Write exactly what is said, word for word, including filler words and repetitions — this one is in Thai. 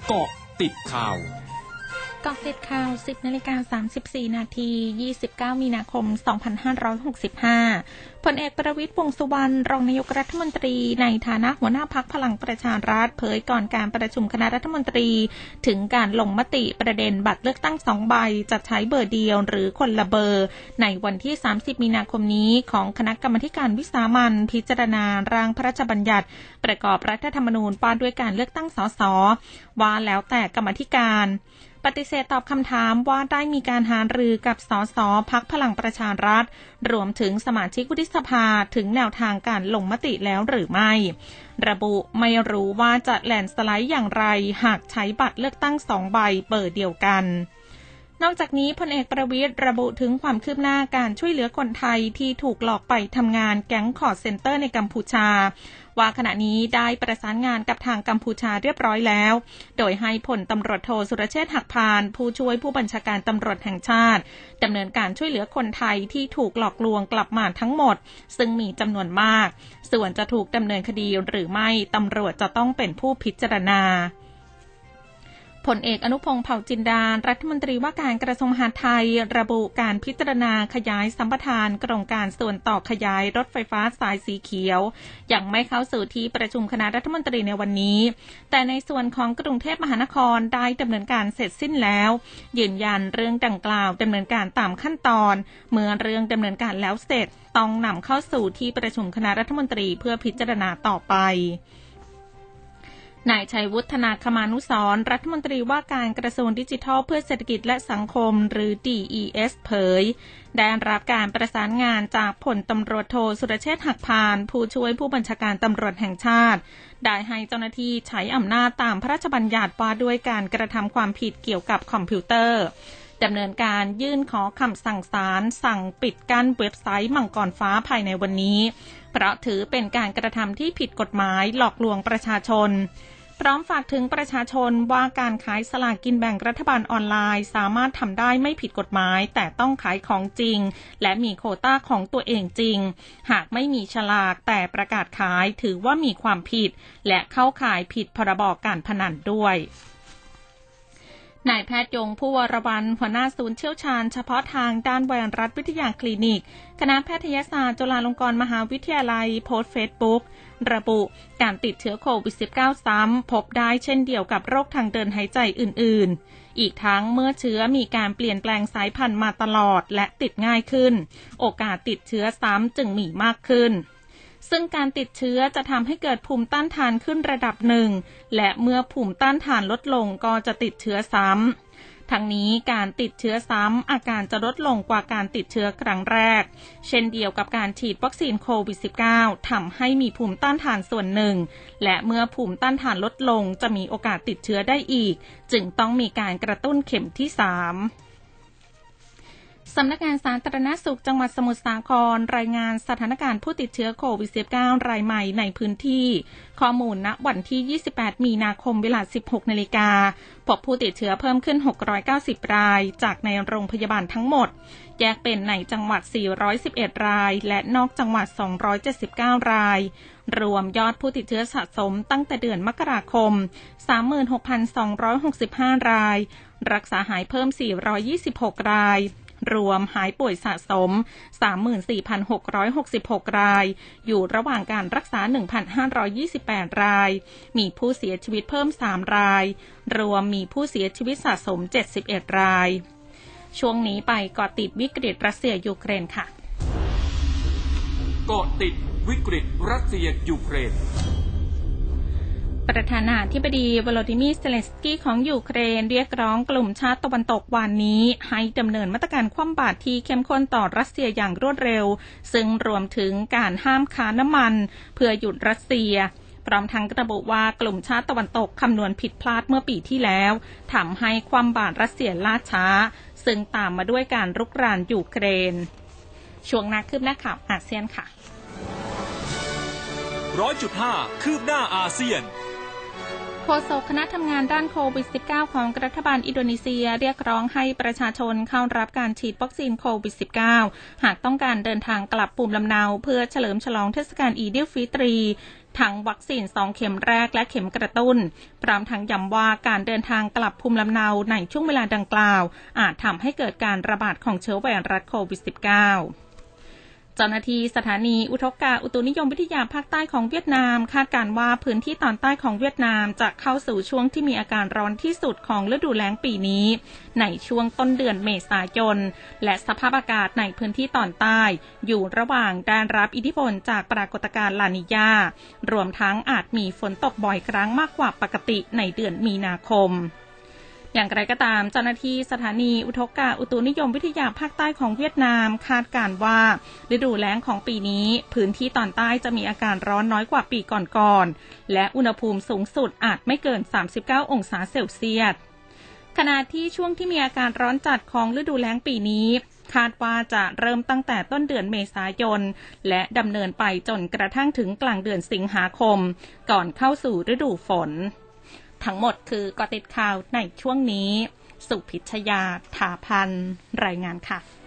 เกาะติดข่าวเกาะติดข่าว สิบนาฬิกาสามสิบสี่นาที ยี่สิบเก้ามีนาคม สองพันห้าร้อยหกสิบห้า พลเอกประวิตร วงษ์สุวรรณรองนายกรัฐมนตรีในฐานะหัวหน้าพรรคพลังประชารัฐเผยก่อนการประชุมคณะรัฐมนตรีถึงการลงมติประเด็นบัตรเลือกตั้งสองใบจะใช้เบอร์เดียวหรือคนละเบอร์ในวันที่สามสิบมีนาคมนี้ของคณะกรรมาธิการวิสามัญพิจารณาร่างพระราชบัญญัติประกอบรัฐธรรมนูญว่าด้วยการเลือกตั้งสสว่าแล้วแต่กรรมาธิการปฏิเสธตอบคำถามว่าได้มีการหารือกับสสพรรคพลังประชารัฐรวมถึงสมาชิกวุฒิสภาถึงแนวทางการลงมติแล้วหรือไม่ระบุไม่รู้ว่าจะแลนด์สไลด์อย่างไรหากใช้บัตรเลือกตั้งสองใบเบอร์เดียวกันนอกจากนี้พลเอกประวิตรระบุถึงความคืบหน้าการช่วยเหลือคนไทยที่ถูกหลอกไปทำงานแก๊งคอลเซ็นเตอร์ในกัมพูชาว่าขณะนี้ได้ประสานงานกับทางกัมพูชาเรียบร้อยแล้วโดยให้พลตำรวจโทสุรเชษฐ์หักพานผู้ช่วยผู้บัญชาการตำรวจแห่งชาติดำเนินการช่วยเหลือคนไทยที่ถูกหลอกลวงกลับมาทั้งหมดซึ่งมีจำนวนมากส่วนจะถูกดำเนินคดีหรือไม่ตำรวจจะต้องเป็นผู้พิจารณาผลเอกอนุพงษ์เผ่าจินดารัฐมนตรีว่าการกระทรวงมหาดไทยระบุการพิจารณาขยายสัมปทานโครงการส่วนต่อขยายรถไฟฟ้าสายสีเขียวยังไม่เข้าสู่ที่ประชุมคณะรัฐมนตรีในวันนี้แต่ในส่วนของกรุงเทพมหานครได้ดำเนินการเสร็จสิ้นแล้วยืนยันเรื่องดังกล่าวดำเนินการตามขั้นตอนเมื่อเรื่องดำเนินการแล้วเสร็จต้องนำเข้าสู่ที่ประชุมคณะรัฐมนตรีเพื่อพิจารณาต่อไปนายชัยวุฒนาคมานุสรณ์รัฐมนตรีว่าการกระทรวงดิจิทัลเพื่อเศรษฐกิจและสังคมหรือ ดี อี เอส เผยได้รับการประสานงานจากพลตำรวจโทสุรเชษฐ์หักพานผู้ช่วยผู้บัญชาการตำรวจแห่งชาติได้ให้เจ้าหน้าที่ใช้อำนาจตามพระราชบัญญัติว่าด้วยการกระทำความผิดเกี่ยวกับคอมพิวเตอร์ดำเนินการยื่นขอคำสั่งศาลสั่งปิดกั้นเว็บไซต์มังกรฟ้าภายในวันนี้เพราะถือเป็นการกระทำที่ผิดกฎหมายหลอกลวงประชาชนพร้อมฝากถึงประชาชนว่าการขายสลากกินแบ่งรัฐบาลออนไลน์สามารถทำได้ไม่ผิดกฎหมายแต่ต้องขายของจริงและมีโควต้าของตัวเองจริงหากไม่มีฉลากแต่ประกาศขายถือว่ามีความผิดและเข้าข่ายผิดพรบการพนันด้วยนายแพทย์ยงผู้วรวรรณหัวหน้าศูนย์เชี่ยวชาญเฉพาะทางด้านไวรัสวิทยาคลินิกคณะแพทยศาสตร์จุฬาลงกรณ์มหาวิทยาลัยโพสต์เฟซบุ๊กระบุการติดเชื้อโควิด สิบเก้า ซ้ำพบได้เช่นเดียวกับโรคทางเดินหายใจอื่นๆอีกทั้งเมื่อเชื้อมีการเปลี่ยนแปลงสายพันธุ์มาตลอดและติดง่ายขึ้นโอกาสติดเชื้อซ้ำจึงมีมากขึ้นซึ่งการติดเชื้อจะทำให้เกิดภูมิต้านทานขึ้นระดับหนึ่งและเมื่อภูมิต้านทานลดลงก็จะติดเชื้อซ้ำทั้งนี้การติดเชื้อซ้ำอาการจะลดลงกว่าการติดเชื้อครั้งแรกเช่นเดียวกับการฉีดวัคซีนโควิด สิบเก้า ทำให้มีภูมิต้านทานส่วนหนึ่งและเมื่อภูมิต้านทานลดลงจะมีโอกาสติดเชื้อได้อีกจึงต้องมีการกระตุ้นเข็มที่สามสำนักงานสาธารณสุขจังหวัดสมุทรสาครรายงานสถานการณ์ผู้ติดเชื้อโควิด สิบเก้า รายใหม่ในพื้นที่ข้อมูลณวันที่ยี่สิบแปดมีนาคมเวลา สิบหกนาฬิกาพบผู้ติดเชื้อเพิ่มขึ้นหกร้อยเก้าสิบรายจากในโรงพยาบาลทั้งหมดแยกเป็นในจังหวัดสี่ร้อยสิบเอ็ดรายและนอกจังหวัดสองร้อยเจ็ดสิบเก้ารายรวมยอดผู้ติดเชื้อสะสมตั้งแต่เดือนมกราคม สามหมื่นหกพันสองร้อยหกสิบห้ารายรักษาหายเพิ่มสี่ร้อยยี่สิบหกรายรวมหายป่วยสะสม สามหมื่นสี่พันหกร้อยหกสิบหกรายอยู่ระหว่างการรักษา หนึ่งพันห้าร้อยยี่สิบแปดรายมีผู้เสียชีวิตเพิ่มสามรายรวมมีผู้เสียชีวิตสะสมเจ็ดสิบเอ็ดรายช่วงนี้ไปเกาะติดวิกฤตรัสเซียยูเครนค่ะเกาะติดวิกฤตรัสเซียยูเครนประธานาธิบดีวโลดิมีร์ เซเลนสกี้ของยูเครนเรียกร้องกลุ่มชาติตะวันตกวันนี้ให้ดำเนินมาตรการคว่ำบาตรที่เข้มข้นต่อรัสเซียอย่างรวดเร็วซึ่งรวมถึงการห้ามค้าน้ำมันเพื่อหยุดรัสเซียพร้อมทั้งระบุว่ากลุ่มชาติตะวันตกคำนวณผิดพลาดเมื่อปีที่แล้วทำให้คว่ำบาตรรัสเซียล่าช้าซึ่งตามมาด้วยการรุกรานยูเครนช่วงหน้าคืบหน้าข่าวอาเซียนค่ะร้อยจุดห้า คืบหน้าอาเซียนโฆษกคณะทำงานด้านโควิด สิบเก้า ของรัฐบาลอินโดนีเซียเรียกร้องให้ประชาชนเข้ารับการฉีดวัคซีนโควิด สิบเก้า หากต้องการเดินทางกลับภูมิลำเนาเพื่อเฉลิมฉลองเทศกาลอีดิลฟิตรีทั้งวัคซีนสองเข็มแรกและเข็มกระตุ้นพร้อมทั้งย้ำว่าการเดินทางกลับภูมิลำเนาในช่วงเวลาดังกล่าวอาจทำให้เกิดการระบาดของเชื้อไวรัสโควิด สิบเก้า เจ้าหน้าที่สถานีอุทกอุตุนิยมวิทยาภาคใต้ของเวียดนามคาดการณ์ว่าพื้นที่ตอนใต้ของเวียดนามจะเข้าสู่ช่วงที่มีอาการร้อนที่สุดของฤดูแล้งปีนี้ในช่วงต้นเดือนเมษายนและสภาพอากาศในพื้นที่ตอนใต้อยู่ระหว่างได้รับอิทธิพลจากปรากฏการณ์ลานีญารวมทั้งอาจมีฝนตกบ่อยครั้งมากกว่าปกติในเดือนมีนาคมอย่างไรก็ตามเจ้าหน้าที่สถานีอุทกอุตุนิยมวิทยาภาคใต้ของเวียดนามคาดการณ์ว่าฤดูแล้งของปีนี้พื้นที่ตอนใต้จะมีอาการร้อนน้อยกว่าปีก่อนๆและอุณหภูมิสูงสุดอาจไม่เกินสามสิบเก้าองศาเซลเซียสขณะที่ช่วงที่มีอาการร้อนจัดของฤดูแล้งปีนี้คาดว่าจะเริ่มตั้งแต่ต้นเดือนเมษายนและดำเนินไปจนกระทั่งถึงกลางเดือนสิงหาคมก่อนเข้าสู่ฤดูฝนทั้งหมดคือเกาะติดข่าวในช่วงนี้สุพิชยา ถาพันรายงานค่ะ